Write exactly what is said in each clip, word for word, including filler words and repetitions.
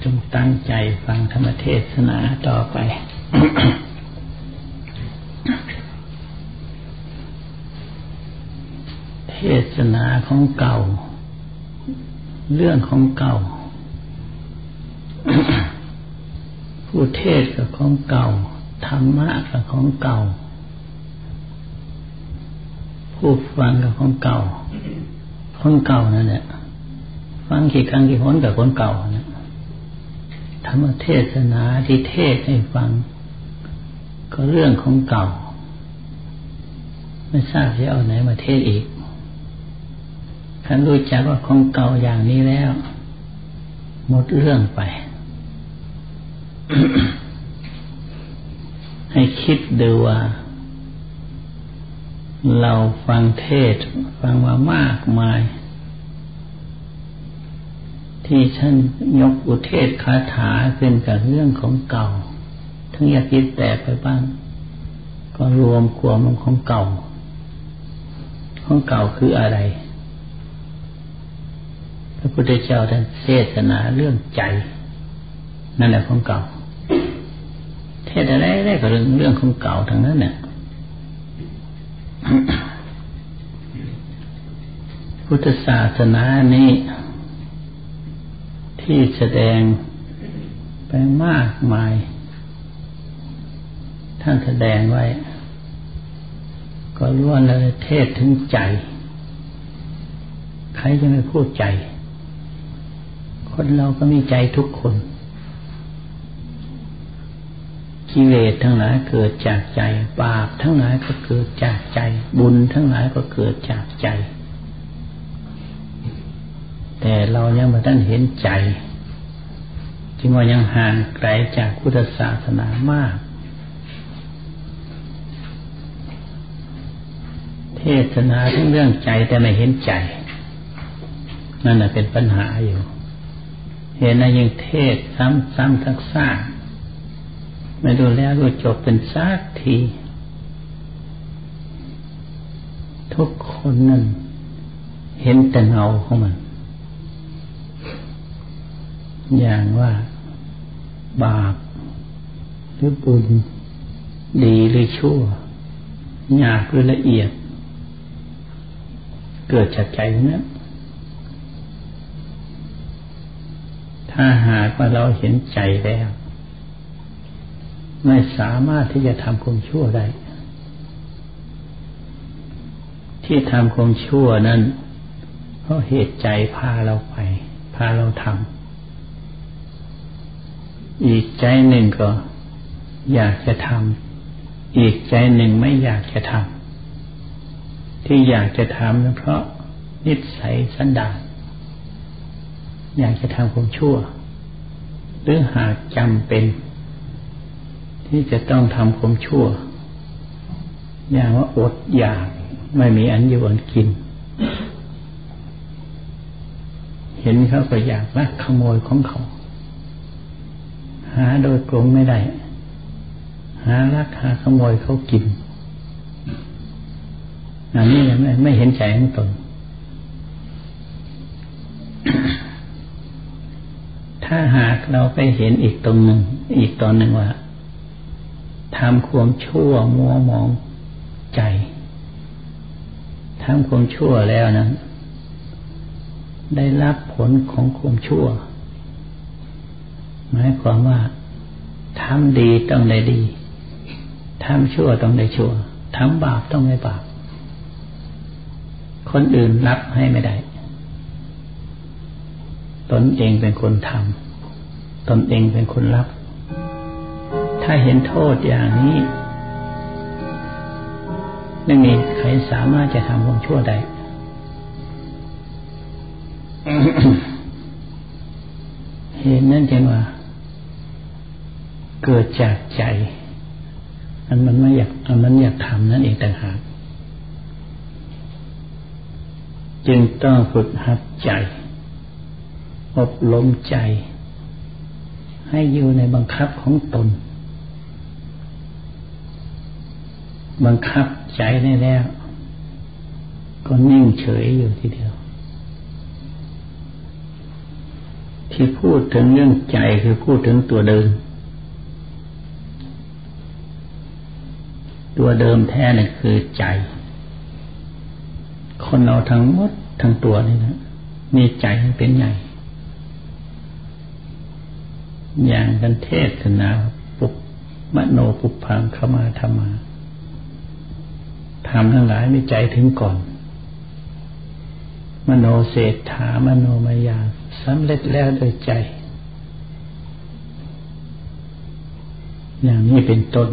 จงตั้งใจฟังธรรมเทศนาต่อไป เทศนาของเก่าเรื่องของเก่า ผู้เทศกับของเก่าธรรมะกับของเก่าผู้ฟังกับของเก่าของเก่านั่นแหละฟังกี่ครั้งกี่หนกับคนเก่านะธรรมเทศนาที่เทศให้ฟังก็เรื่องของเก่าไม่ทราบจะเอาไหนมาเทศอีกท่านรู้จักว่าของเก่าอย่างนี้แล้วหมดเรื่องไป ให้คิดดูว่าเราฟังเทศฟังมามากมายที่ท่านยกอุเทศคาถาขึ้นกับเรื่องของเก่าทั้งอยากคิดแตกไปบ้างก็รวมกลุ่มของเก่าของเก่าคืออะไรพระพุทธเจ้าท่านเทศนาเรื่องใจนั่นแหละของเก่าเทศอะไรได้ก็เรื่องเรื่องของเก่าทั้งนั้นเนี่ย พุทธศาสนานี้ที่แสดงไปมากมายท่านแสดงไว้ก็ล้วนแล้วเทศถึงใจใครจะไม่พูดใจคนเราก็มีใจทุกคนกิเลสทั้งหลายเกิดจากใจบาปทั้งหลายก็เกิดจากใจบุญทั้งหลายก็เกิดจากใจแต่เรายังไม่ทันเห็นใจจึงว่ายังห่างไกลจากพุทธศาสนามากเทศนาทั้งเรื่องใจแต่ไม่เห็นใจนั่นแหละเป็นปัญหาอยู่เห็นนะยังเทศซ้ำซ้ำซักซากไม่ดูแล้วรู้จบเป็นสักทีทุกคนนั่นเห็นแต่เงาของมันอย่างว่าบาปหรือบุญดีหรือชั่วหยาบหรือละเอียดเกิดจากใจนั้นถ้าหากว่าเราเห็นใจแล้วไม่สามารถที่จะทำความชั่วได้ที่ทำความชั่วนั้นเพราะเหตุใจพาเราไปพาเราทำอีกใจหนึ่งก็อยากจะทำอีกใจหนึ่งไม่อยากจะทำที่อยากจะทำนั้นเพราะนิสัยสันดานอยากจะทำความชั่วหรือหากจำเป็นที่จะต้องทำความชั่วอย่างว่าอดอยากไม่มีอันอยู่อันกินเห็นเขาก็อยากลักขโมยของเขาหาโดยตรงไม่ได้หาลักหาขโมยเขากินอันนี้ไม่ไม่เห็นใจของตน ถ้าหากเราไปเห็นอีกตรงหนึ่งอีกตอนหนึ่งว่าทำความชั่วมัวหมองใจทำความชั่วแล้วนั้นได้รับผลของความชั่วหมายความว่าทำดีต้องได้ดีทำชั่วต้องได้ชั่วทำบาปต้องได้บาปคนอื่นรับให้ไม่ได้ตนเองเป็นคนทำตนเองเป็นคนรับถ้าเห็นโทษอย่างนี้ไม่มีใครสามารถจะทำความชั่วได้ เห็นนั่นจึงว่าเกิดจากใจอันมันไม่อยากอันมันอยากทำนั่นเองต่างหากจึงต้องฝึกหัดใจอบรมใจให้อยู่ในบังคับของตนบังคับใจได้แล้วก็นิ่งเฉยอยู่ทีเดียวที่พูดถึงเรื่องใจคือพูดถึงตัวเดิมตัวเดิมแท้เนี่ยคือใจคนเราทั้งหมดทั้งตัวนี่นะมีใจเป็นใหญ่อย่างกันเทศนาปุปมโนปุพพังขมาธรรมาธรรมทั้งหลายมีใจถึงก่อนมโนเศรษฐามโนมายาสำเร็จแล้วโดยใจอย่างนี้เป็นต้น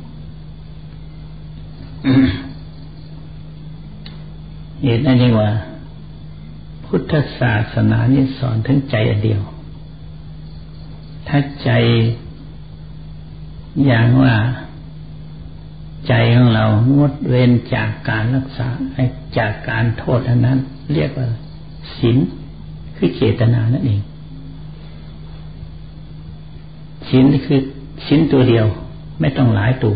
เหตุนั้นเองว่าพุทธศาสนานี่สอนถึงใจอันเดียวถ้าใจอย่างว่าใจของเรางดเว้นจากการรักษาจากการโทษอันนั้นเรียกว่าศีลคือเจตนานั่นเองศีลคือศีลตัวเดียวไม่ต้องหลายตัว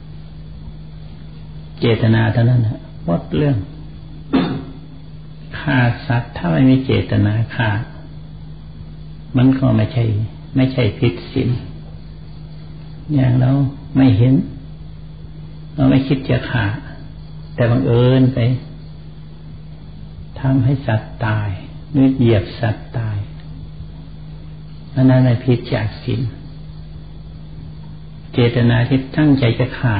เจตนาเท่านั้นนะหมดเรื่องฆ่าสัตว์ถ้าไม่มีเจตนาฆ่ามันก็ไม่ใช่ไม่ใช่ผิดศีลอย่างเราไม่เห็นเราไม่คิดจะฆ่าแต่บังเอิญไปทำให้สัตว์ตายหรือเหยียบสัตว์ตายอันนั้นไม่ผิดจากศีลเจตนาที่ตั้งใจจะฆ่า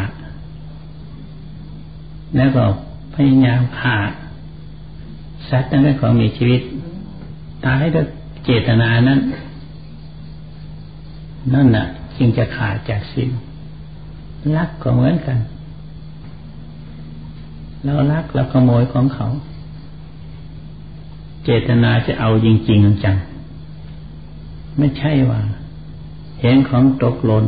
แล้วก็พยายามฆ่าสัตว์นั้นเป็นของมีชีวิตตายด้วยเจตนานั้นนั่นน่ะจึงจะขาดจากศีลลักก็เหมือนกันเราลักเราขโมยของเขาเจตนาจะเอาจริงๆจังไม่ใช่ว่าเห็นของตกหล่น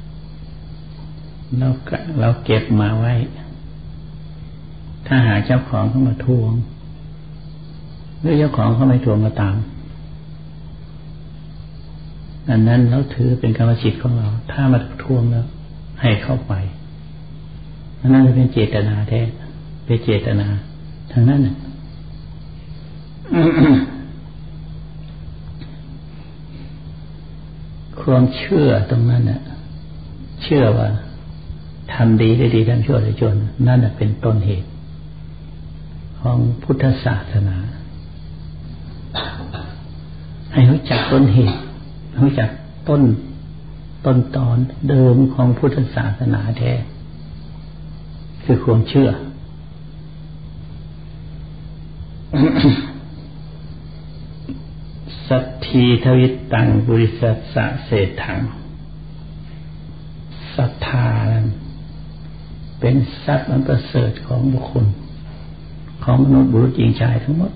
เราเราเก็บมาไว้ถ้าหาเจ้าของเขามาทวงหรือเจ้าของเขาไม่ทวงก็ตามอันนั้นเราถือเป็นกรรมสิทธิ์ของเราถ้ามาทวงแล้วให้เข้าไปอันนั้นจะเป็นเจตนาแท้เป็นเจตนาทางนั้นน่ะ ความเชื่อตรงนั้นน่ะเชื่อว่าทำดีได้ดีทำชั่วได้ชั่วนั่นน่ะเป็นต้นเหตุของพุทธศาสนาให้รู้จักต้นเหตุรู้จักต้นต้นตอนเดิมของพุทธศาสนาแท้คือความเชื่อ สัทธีทวิตตังบุริสัสสะเศรษฐังศรัทธานั้นเป็นทรัพย์อันประเสริฐของบุคคลของมนุษย์บุรุษหญิงชายทั้งหมด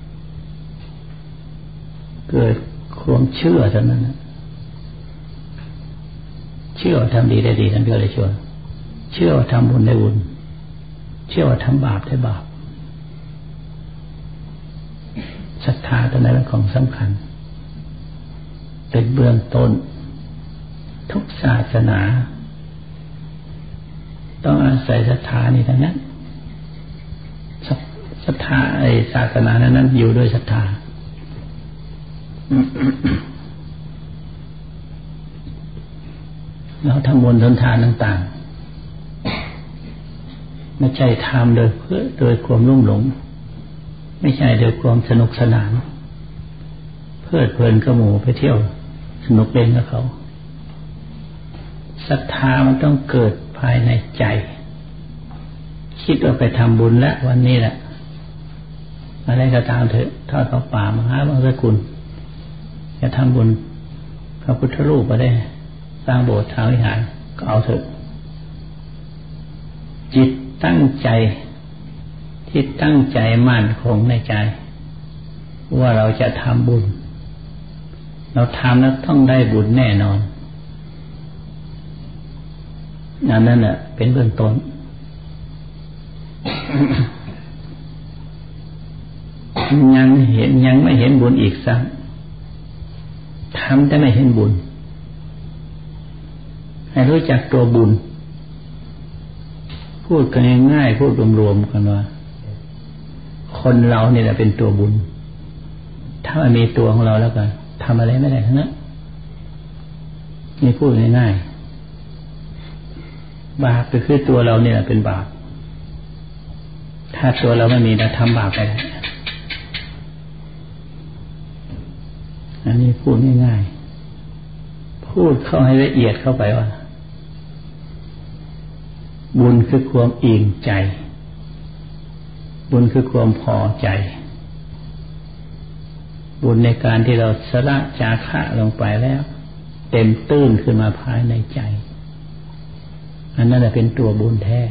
เกิดความเชื่อเท่านั้นนะเชื่อว่าทำดีได้ดีทำชั่วได้ชั่วเชื่อว่าทำบุญได้บุญเชื่อว่าทำบาปได้บาปศรัทธาตัวนั้นเป็นของสำคัญเป็นเบื้องต้นทุกศาสนาต้องอาศัยศรัทธานี่ทั้งนั้นศรัทธาไอ้ศาสนานั้นนั้นอยู่ด้วยศรัทธาเราทำบุญทำทานต่างๆไม่ใช่ทำโดยเพื่อโดยความลุ่มหลงไม่ใช่โดยความสนุกสนานเพลิดเพลินกับหมู่ไปเที่ยวสนุกเล่นกับเขาศรัทธามันต้องเกิดภายในใจคิดว่าไปทำบุญแล้ววันนี้แหละอะไรก็ตามเถอะทอดผ้าป่ามหาบังสกุลจะทำบุญพระพุทธรูปก็ได้สร้างโบสถ์ทางวิหารก็เอาเถอะจิตตั้งใจที่ตั้งใจมั่นคงในใจว่าเราจะทำบุญเราทำแล้วต้องได้บุญแน่นอนนั่นนั่นแหละเป็นเบื้องต้น ยังเห็นยังไม่เห็นบุญอีกซ้ำทำแต่ไม่เห็นบุญให้รู้จักตัวบุญพูดกันง่ายๆพูดรวมๆกันว่าคนเราเนี่ยแหละเป็นตัวบุญถ้ามันมีตัวของเราแล้วก็ทำอะไรไม่ได้ทั้งนั้นนี่พูดง่ายๆบาปก็คือตัวเราเนี่ยเป็นบาปถ้าตัวเราไม่มีเราทำบาปไปได้อันนี้พูดง่ายๆพูดเข้าให้ละเอียดเข้าไปว่าบุญคือความอิ่มใจบุญคือความพอใจบุญในการที่เราสละจาคะลงไปแล้วเต็มตื้นขึ้นมาภายในใจอันนั้นแหละเป็นตัวบุญแท้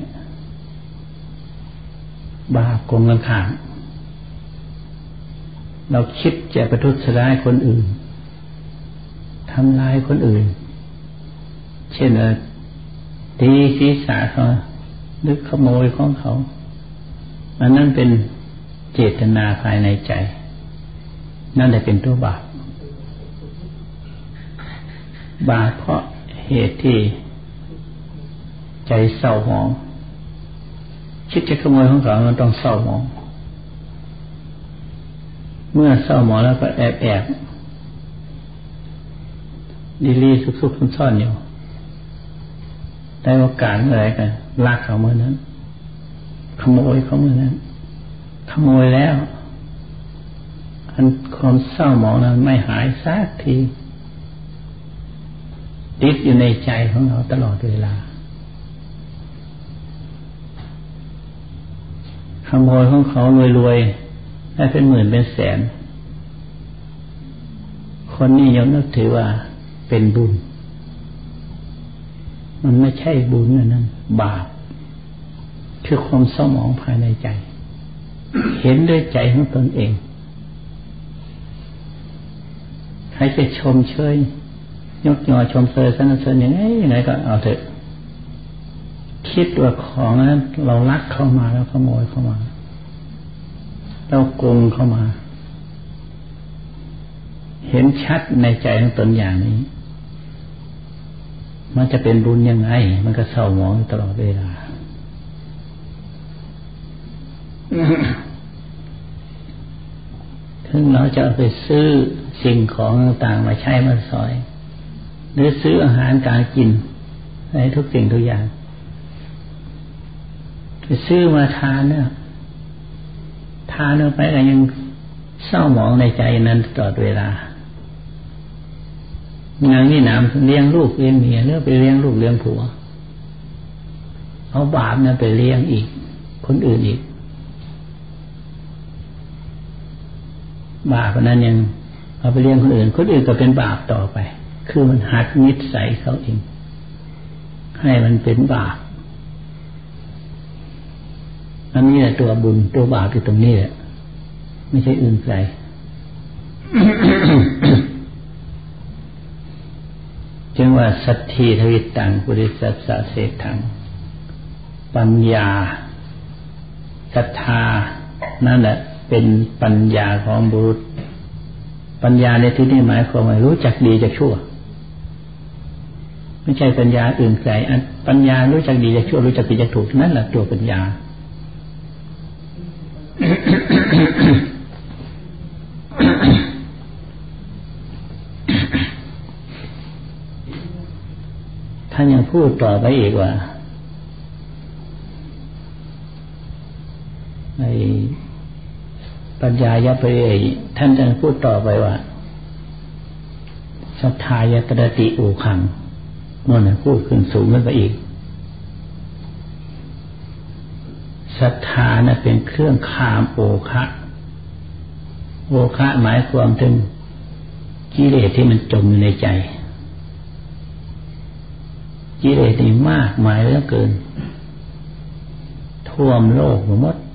บาปกงกันข้ามเราคิดจะประทุษร้ายคนอื่นทำลายคนอื่นเช่นว่าตีศีรษะเขาหรือขโมยของเขาอันนั้นเป็นเจตนาภายในใจนั่นแหละเป็นตัวบาปบาปเพราะเหตุที่ใจเศร้าหมองคิดจะขโมยของเขามันต้องเศร้าหมองเมื่อเศร้าหมองแล้วก็แอบแอบดีลีซุกๆซ่อนๆอยู่ได้โอกาสเมื่อไรกันลากเขาเมื่อนั้นขโมยเขาเมื่อนั้นขโมยแล้วอันความเศร้าหมองนั้นไม่หายสักทีติดอยู่ในใจของเราตลอดเวลาขโมยของเขารวยๆได้เป็นหมื่นเป็นแสนคนนี้ยังนึกถือว่าเป็นบุญมันไม่ใช่บุญนั่นบาปคือความเศร้าหมองภายในใจเห็นด้วยใจของตนเองใครจะชมเชยยกยอชมเชยสรรเสริญอย่างไรอย่างไรก็เอาเถอะคิดว่าของนั้นเราลักเข้ามาแล้วขโมยเข้ามาเราโกงเข้ามาเห็นชัดในใจของตนอย่างนี้มันจะเป็นบุญยังไงมันก็เศร้าหมองตลอดเวลาถึงเราจะเอาไปซื้อสิ่งของต่างๆมาใช้มาสอยหรือซื้ออาหารการกินอะไรทุกสิ่งทุกอย่างไปซื้อมาทานเนี่ยทานลงไปก็ยังเศร้าหมองในใจนั้นตลอดเวลาอย่างนี้น้ำเลี้ยงลูกเลี้ยงเมียหรือไปเลี้ยงลูกเลี้ยงผัวเอาบาปนั้นไปเลี้ยงอีกคนอื่นอีกบาปนั้นยังเอาไปเลี้ยงคนอื่นคนอื่นก็เป็นบาปต่อไปคือมันหัดนิสัยเขาเองให้มันเป็นบาปอันนี้แหละตัวบุญตัวบาปอยู่ตรงนี้แหละไม่ใช่อื่นไกล จึงว่าสัทธีทวิตังปุริสัสสะเสถังปัญญาศรัทธานั่นแหละเป็นปัญญาของบุรุษปัญญาในที่นี้หมายความว่ารู้จักดีจักชั่วไม่ใช่ปัญญาอื่นไกลอันปัญญารู้จักดีจักชั่วรู้จักผิดจักถูกนั่นแหละตัวปัญญา ท่านยังพูดต่อไปอีกว่าในปัญญายะปริยท่านจะพูดต่อไปว่าศรัทธายตระติโอคังโน่นพูดขึ้นสูงขึ้นไปอีกศรัทธานะเป็นเครื่องคามโอคะโอคะหมายความถึงกิเลสที่มันจมอยู่ในใจกิเลสนี่มากมายเหลือเกินท่วมโลกหมด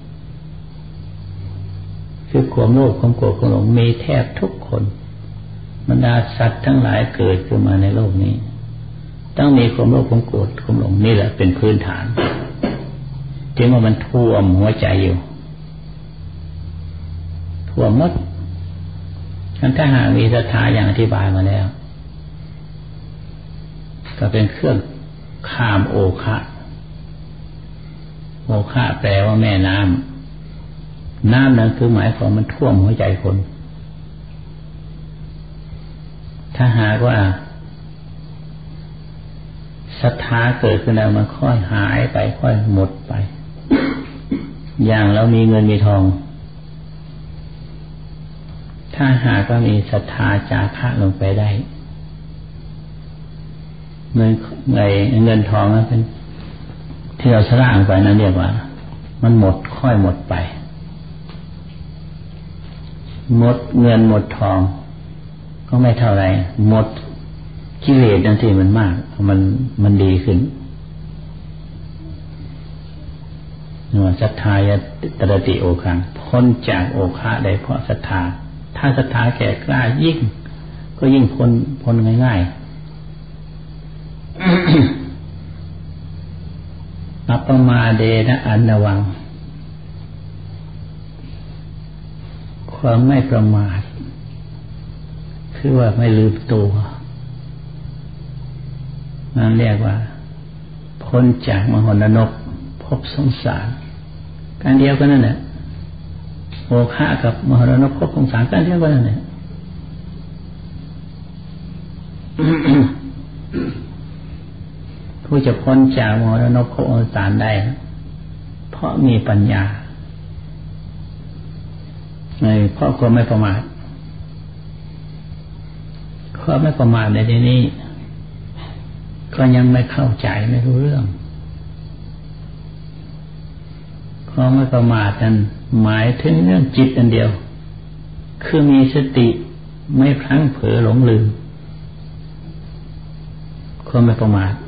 คือความโลภความโกรธความหลงมีแทบทุกคนบรรดาสัตว์ทั้งหลายเกิดขึ้นมาในโลกนี้ต้องมีความโลภความโกรธความหลงนี่แหละเป็นพื้นฐานจึงว่ามันท่วมหัวใจอยู่ท่วมหมดถ้าหากมีศรัทธาอย่างอธิบายมาแล้วก็เป็นเครื่องข้ามโอคะโอคะแปลว่าแม่น้ำน้ำนั้นคือหมายความมันท่วมหัวใจคนถ้าหากว่าศรัทธาเกิดขึ้นแล้วมันค่อยหายไปค่อยหมดไปอย่างเรามีเงินมีทองถ้าหากว่ามีศรัทธาจาคะลงไปได้เงินเงินเงินทองนั้นเป็นที่เราสร้างไปนั้นเรียกว่ามันหมดค่อยหมดไปหมดเงินหมดทองก็ไม่เท่าไรหมดกิเลสนั่นที่มันมากมันมันดีขึ้นนวลศรัทธายตรติโอคังพ้นจากโอคะได้เพราะศรัทธาถ้าศรัทธาแก่กล้ายิ่งก็ยิ่งพ้นพ้นง่ายๆ อัปปมาเดนะอันนวังความไม่ประมาทคือว่าไม่ลืมตัวนั่นเรียกว่าพ้นจากมหรนรกพบสงสารการเดียวกันนั่นแหละโอคะกับมหรนรกพบสงสารการเดียวกันนั่นแหละ ผู้จะพ้นจากมหรนรกพบสงสารได้เพราะมีปัญญาเพราะความไม่ประมาทความไม่ประมาทในที่นี้ก็ยังไม่เข้าใจไม่รู้เรื่องความไม่ประมาทนั้นหมายถึงเรื่องจิตอันเดียวคือมีสติไม่พลั้งเผลอหลงลืมความไม่ประมาท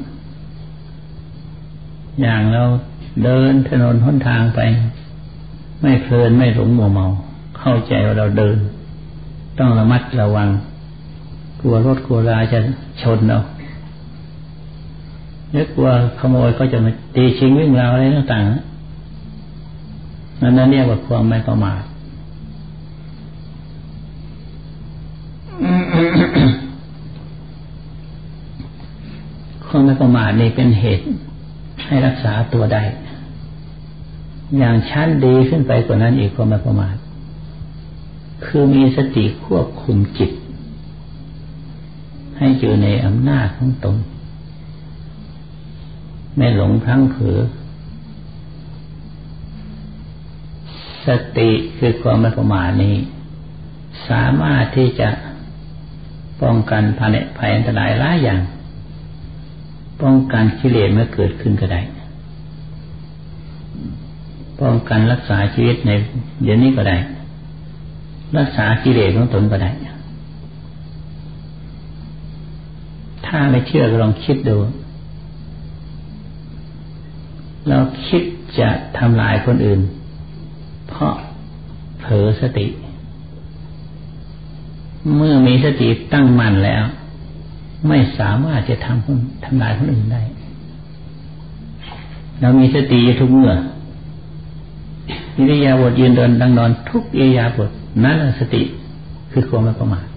อย่างเราเดินถนนหนทางไปไม่เพลินไม่หลงมัวเมาเข้าใจว่าเราเดินต้องระมัดระวังกลัวรถกลัวราจะชนเรานึกว่าขโมยก็จะมาตีชิงวิ่งราวอะไรต่างๆนั่นนั่นเรียกว่าความไม่ประมาท ความไม่ประมาทนี่เป็นเหตุให้รักษาตัวได้อย่างชั้นดีขึ้นไปกว่านั้นอีกความไม่ประมาทคือมีสติควบคุมจิตให้อยู่ในอำนาจของตนไม่หลงพลั้งเผลอสติคือความไม่ประมาทนี้สามารถที่จะป้องกันภัยภัยอันตรายหลายอย่างป้องกันกิเลสเมื่อเกิดขึ้นก็ได้ป้องกันรักษาชีวิตในเดี๋ยวนี้ก็ได้รักษากิเลสของตนก็ได้ถ้าไม่เชื่อก็ลองคิดดูเราคิดจะทำลายคนอื่นเพราะเผลอสติเมื่อมีสติตั้งมั่นแล้วไม่สามารถจะทำคนทำลายคนอื่นได้เรามีสติอยู่ทุกเมื่ออิริยาบถยืนเดินนั่งนอนทุกอิริยาบถนั่นสติคือความไม่ประมาท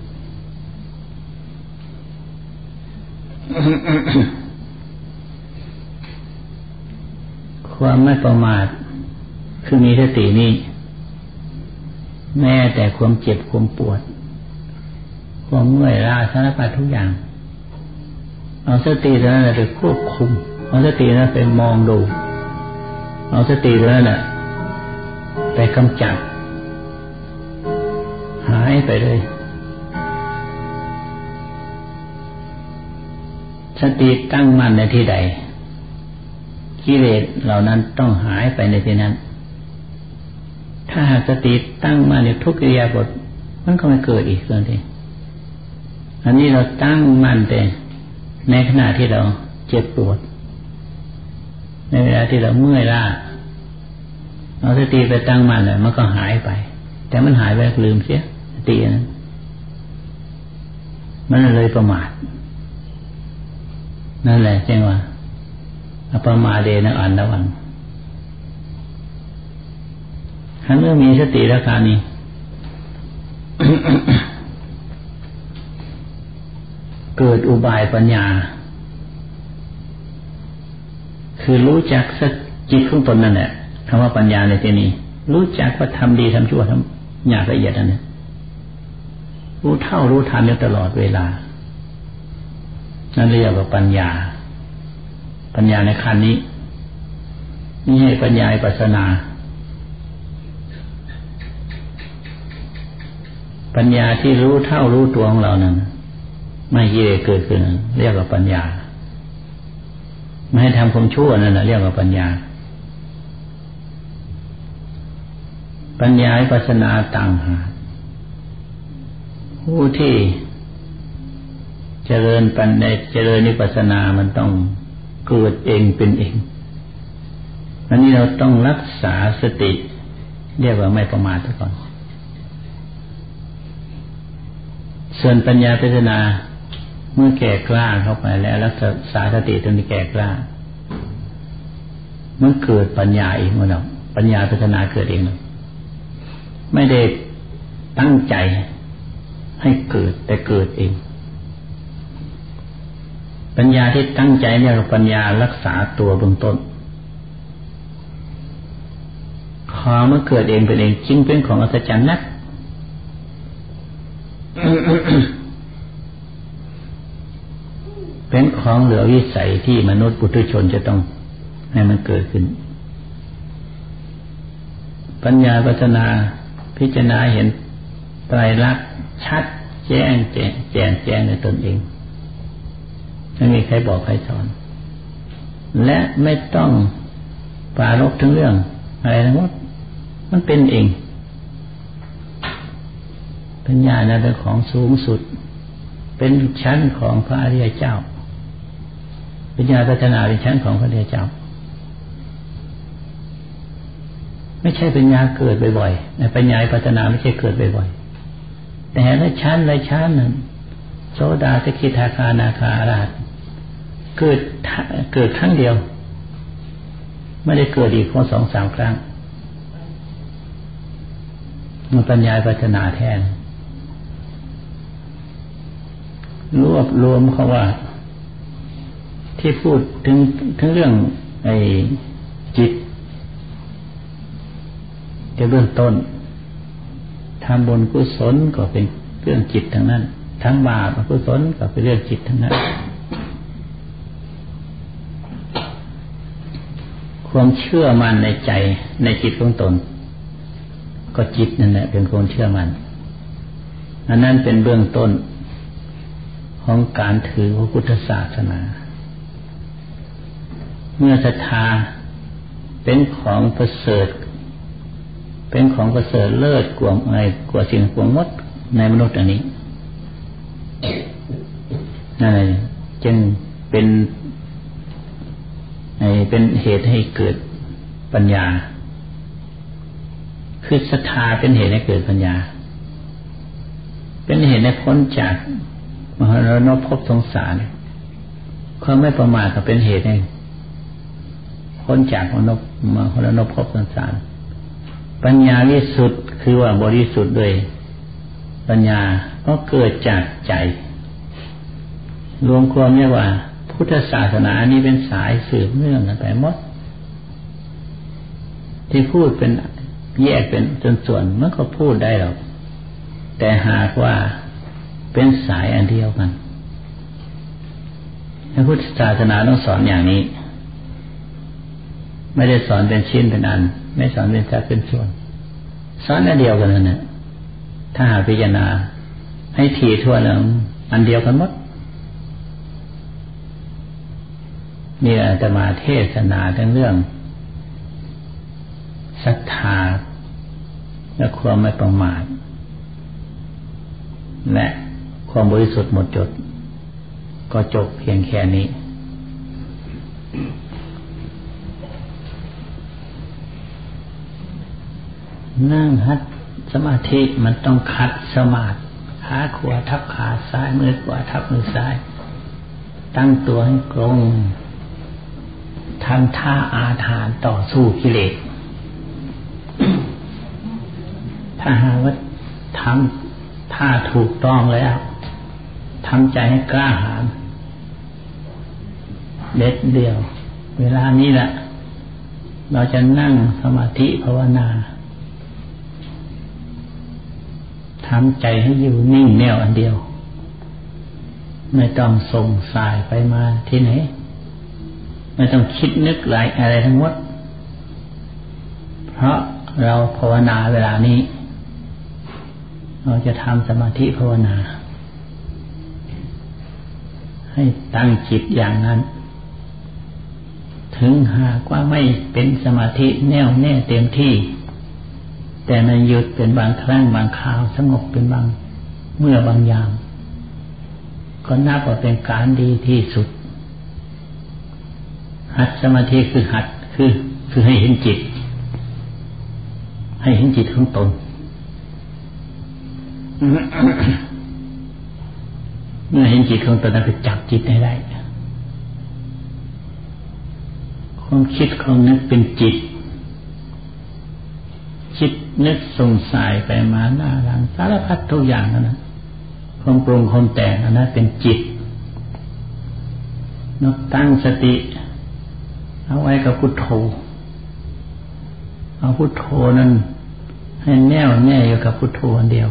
ความไม่ประมาทคือมีสตินี้แม้แต่ความเจ็บความปวดความเมื่อยล้าสารพัดทุกอย่างเอาสติตัวนั้นไปควบคุมเอาสตินั้นไปมองดูเอาสติตัวนั้นไปกำจัดหายไปเลยสติตั้งมั่นในที่ใดกิเลสเหล่านั้นต้องหายไปในที่นั้นถ้าหากสติตั้งมั่นในทุกอิริยาบถมันก็ไม่เกิดอีกเลยทีอันนี้เราตั้งมั่นแต่ในขณะที่เราเจ็บปวดในเวลาที่เราเมื่อยล้าเอาสติไปตั้งมั่นเลยมันก็หายไปแต่มันหายไปลืมเสียสตินั้นมันเลยประมาทนั่นแหละใช่ไหมอัปปมาเดนะอันระวังถ้าเมื่อมีสติแล้วการนี้ เกิดอุบายปัญญาคือรู้จักสักจิตของตนนั่นแหละคำว่าปัญญาในที่นี้รู้จักว่าทำดีทำชั่วทำหยาบละเอียดนั่นแหละรู้เท่ารู้ทันอยู่ตลอดเวลานั่นเรียกว่าปัญญาปัญญาในขั้นนี้นี่ให้ปัญญาวิปัสสนาปัญญาที่รู้เท่ารู้ตัวของเรานั้นไม่กิเลสเกิดขึ้นเรียกว่าปัญญาไม่ให้ทำความชั่วนั่นแหละเรียกว่าปัญญาปัญญาวิปัสสนาต่างหากผู้ที่เจริญปัญญาเจริญวิปัสสนามันต้องเกิดเองเป็นเองอันนี้เราต้องรักษาสติเรียกว่าไม่ประมาทก่อนส่วนปัญญาวิปัสสนาเมื่อแก่กล้าเข้าไปแล้วรักษาสติจนแก่กล้ามันเกิดปัญญาเองมันเอาปัญญาวิปัสสนาเกิดเองไม่ได้ตั้งใจให้เกิดแต่เกิดเองปัญญาที่ตั้งใจเนี่ยปัญญารักษาตัวเบื้องต้นขอมันเกิดเองเป็นเองจึงเป็นของอัศจรรย์นัก เป็นของเหลือวิสัยที่มนุษย์ปุถุชนจะต้องให้มันเกิดขึ้นปัญญาวิปัสสนาพิจารณาเห็นไตรลักษณ์ชัดแจ้งแจ้งแจ้งแจ้งในตนเองไม่มีใครบอกใครสอนและไม่ต้องปรารภถึงเรื่องอะไรทั้งหมดมันเป็นเองปัญญานั้นเป็นของสูงสุดเป็นชั้นของพระอริยเจ้าปัญญาพัฒนาเป็นชั้นของพระอริยเจ้าไม่ใช่ปัญญาเกิดบ่อยๆในปัญญาพัฒนาไม่ใช่เกิดบ่อยๆแต่ละชั้นละชั้นนั้นโสดาสกิทาคานาคาอรหัตเกิดเกิดครั้งเดียวไม่ได้เกิดอีกเพราะสองสามครั้งมันปัญญาพัฒนาแทนรวบรวมเขาว่าที่พูดถึงถึงเรื่องไอ้จิตจะเบื้องต้นทำบุญกุศลก็เป็นเรื่องจิตทั้งนั้นทั้งบาปอกุศลก็เป็นเรื่องจิตทั้งนั้นความเชื่อมั่นในใจในจิตของตนก็จิตนั่นแหละเป็นคนเชื่อมั่นอันนั้นเป็นเบื้องต้นของการถือพระพุทธศาสนาเมื่อศรัทธาเป็นของประเสริฐเป็นของประเสริฐเลิศกว่าอะไรกว่าสิ่งกว่าหมดในมนุษย์อันนี้นั่นเองจึงเป็นเป็นเหตุให้เกิดปัญญาคือศรัทธาเป็นเหตุให้เกิดปัญญาเป็นเหตุให้พ้นจากมหานรกภพสงสารความไม่ประมาทก็เป็นเหตุให้พ้นจากมหานรกภพสงสารปัญญาวิสุทธิ์คือว่าบริสุทธิ์ด้วยปัญญาก็เกิดจากใจรวมความเรียกว่าพุทธศาสนานี้เป็นสายสืบเนื่องกันไปหมดที่พูดเป็นแยกเป็นส่วนๆมันก็พูดได้หรอกแต่หากว่าเป็นสายอันเดียวกันพระพุทธศาสนาต้องสอนอย่างนี้ไม่ได้สอนเป็นชิ้นเป็นอันไม่สอนเป็นสัดเป็นส่วนสอนอันเดียวกันนั่นแหละถ้าหากพิจารณาให้ถี่ถ้วนแล้วอันเดียวกันหมดนี่อาตมาเทศนาทั้งเรื่องศรัทธาและความไม่ประมาทและความบริสุทธิ์หมดจดก็จบเพียงแค่นี้นั่งหัดสมาธิมันต้องคัดสมาธิขาขวาทับขาซ้ายมือขวาทับมือซ้ายตั้งตัวให้ตรงทำท่าอาถรรพ์ต่อสู้กิเลสถ้าหากว่าทำท่าถูกต้องแล้วทำใจให้กล้าหาญเด็ดเดี่ยวเวลานี้แหละเราจะนั่งสมาธิภาวนาทำใจให้อยู่นิ่งแนวอันเดียวไม่ต้องส่งสายไปมาที่ไหนไม่ต้องคิดนึกหลายอะไรทั้งหมดเพราะเราภาวนาเวลานี้เราจะทำสมาธิภาวนาให้ตั้งจิตอย่างนั้นถึงหากว่าไม่เป็นสมาธิแน่วแน่เต็มที่แต่มันหยุดเป็นบางครั้งบางคราวสงบเป็นบางเมื่อบางยามก็นับว่าเป็นการดีที่สุดหัดสมาธิคือหัดคือคือให้เห็นจิตให้เห็นจิตของตนเมื่อเห็นจิตของตนแล้วก็จับจิตให้ได้ความคิดความนึกเป็นจิตคิดนึกสงสัยไปมาหน้าหลังสารพัดทุกอย่างนะความปรุงความแต่งอันนั้นเป็นจิตนกตั้งสติเอาไว้กับพุทโธเอาพุทโธนั้นให้แน่วแน่อยู่กับพุทโธอันเดียว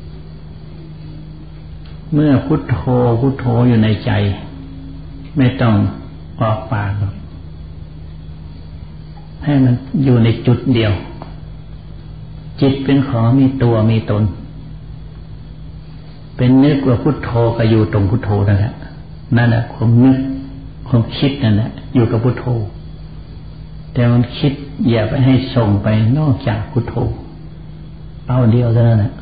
เมื่อพุทโธพุทโธอยู่ในใจไม่ต้องออกปากหรอกให้มันอยู่ในจุดเดียวจิตเป็นของมีตัวมีตนเป็นนึกว่าพุทโธก็อยู่ตรงพุทโธนั่นแหละนั่นแหละความนึกความคิดนั่นแหละอยู่กับพุทโธแต่มันคิดอย่าไปให้ส่งไปนอกจากพุทโธเอาเดียวเท่านั้นแหละ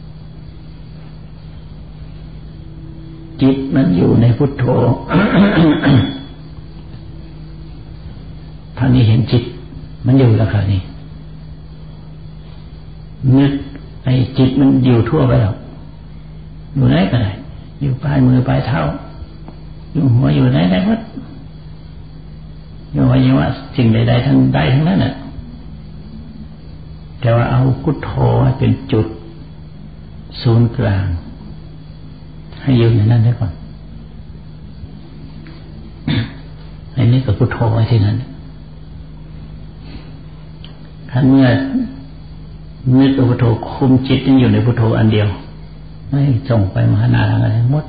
จิตมันอยู่ในพุทโธ ท่านี้เห็นจิตมันอยู่แล้วค่ะนี่นึกไอ้จิตมันอยู่ทั่วไปแล้วอยู่ไหนก็ได้อยู่ปลายมือปลายเท้าอยู่หัวอยู่ไหนได้หมดอยู่ว่าอย่างว่าสิ่งใดๆทั้งใดทั้งนั้นน่ะแต่ว่าเอาพุทโธให้เป็นจุดศูนย์กลางให้อยู่ในนั้นได้ก่อนอันนี้ก็พุทโธไว้ที่นั้นขั้นเมื่อนึกพุทโธคุมจิตยังอยู่ในพุทโธอันเดียวไม่ส่งไปมาหน้าหลังอะไรหมด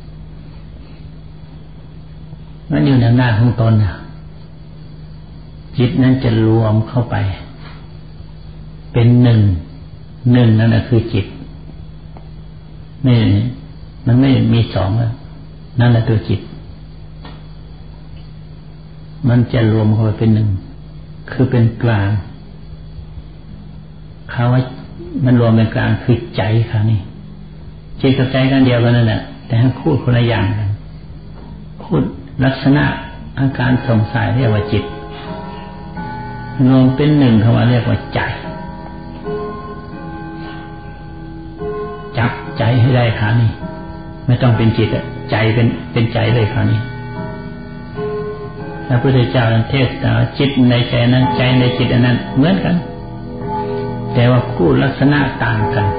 มันอยู่ในหน้าของตนนะจิตนั้นจะรวมเข้าไปเป็นหนึ่งหนึ่งนั่นแหละคือจิตไม่มันไม่มีสองแล้วนั่นแหละตัวจิตมันจะรวมเข้าไปเป็นหนึ่งคือเป็นกลางเขาว่ามันรวมเป็นกลางคือใจค่ะนี่จิตกับใจกันเดียวกันนั่นแหละแต่ทั้งคู่คนละอย่างกันพูดลักษณะอาการสงสัยเรียกว่าจิตรวมเป็นหนึ่งคำว่าเรียกว่าใจจับใจให้ได้ค่ะนี่ไม่ต้องเป็นจิตอะใจเป็นเป็นใจเลยค่ะนี่พระพุทธเจ้าเทศน์จิตในใจนั้นใจในจิตอันนั้นเหมือนกันแต่ว่าคู่ลักษณะต่างกัน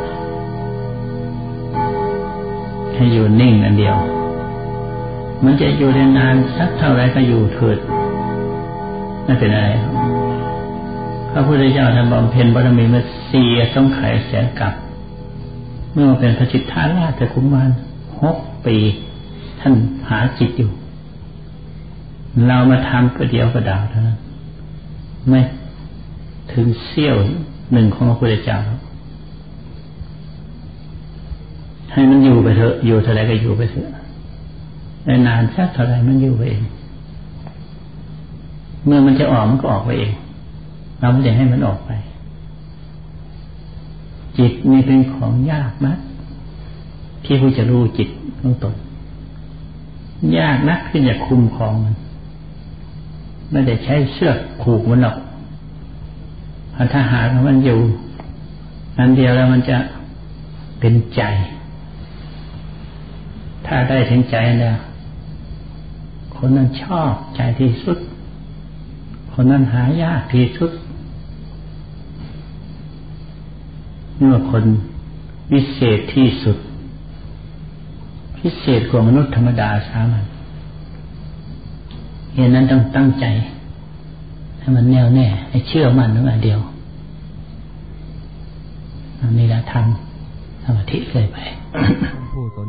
ให้อยู่นิ่งอันเดียวมันจะอยู่ได้นานสักเท่าไรก็อยู่เถิดไม่เป็นอะไรพระพุทธเจ้าท่านบำเพ็ญบารมีมาสี่สงไขยแสนกับเมื่อเป็นพระชิตาราชกุมารหกปีท่านหาจิตอยู่เรามาทำประเดียวประดาวเท่านั้นไม่ถึงเสี้ยวหนึ่งของพระพุทธเจ้าให้มันอยู่ไปเถอะอยู่เท่าไรก็อยู่ไปเถอะได้นานสักเท่าไรมันอยู่ไปเองเมื่อมันจะออกมันก็ออกไปเองเราไม่ได้ให้มันออกไปจิตนี่เป็นของยากมากที่ผู้จะรู้จิตของตนยากนักที่จะคุมครองมันไม่ได้ใช้เชือกผูกมันหรอกถ้าหากมันอยู่อันเดียวแล้วมันจะเป็นใจถ้าได้ถึงใจแล้วคนนั้นชอบใจที่สุดคนนั้นหายากที่สุดเมื่อคนวิเศษที่สุดพิเศษกว่ามนุษย์ธรรมดาสามัญเหตุนั้นต้องตั้งใจให้มันแน่วแน่ให้เชื่อมั่นทั้งอันเดียวนี่แหละทำสมาธิเลยไป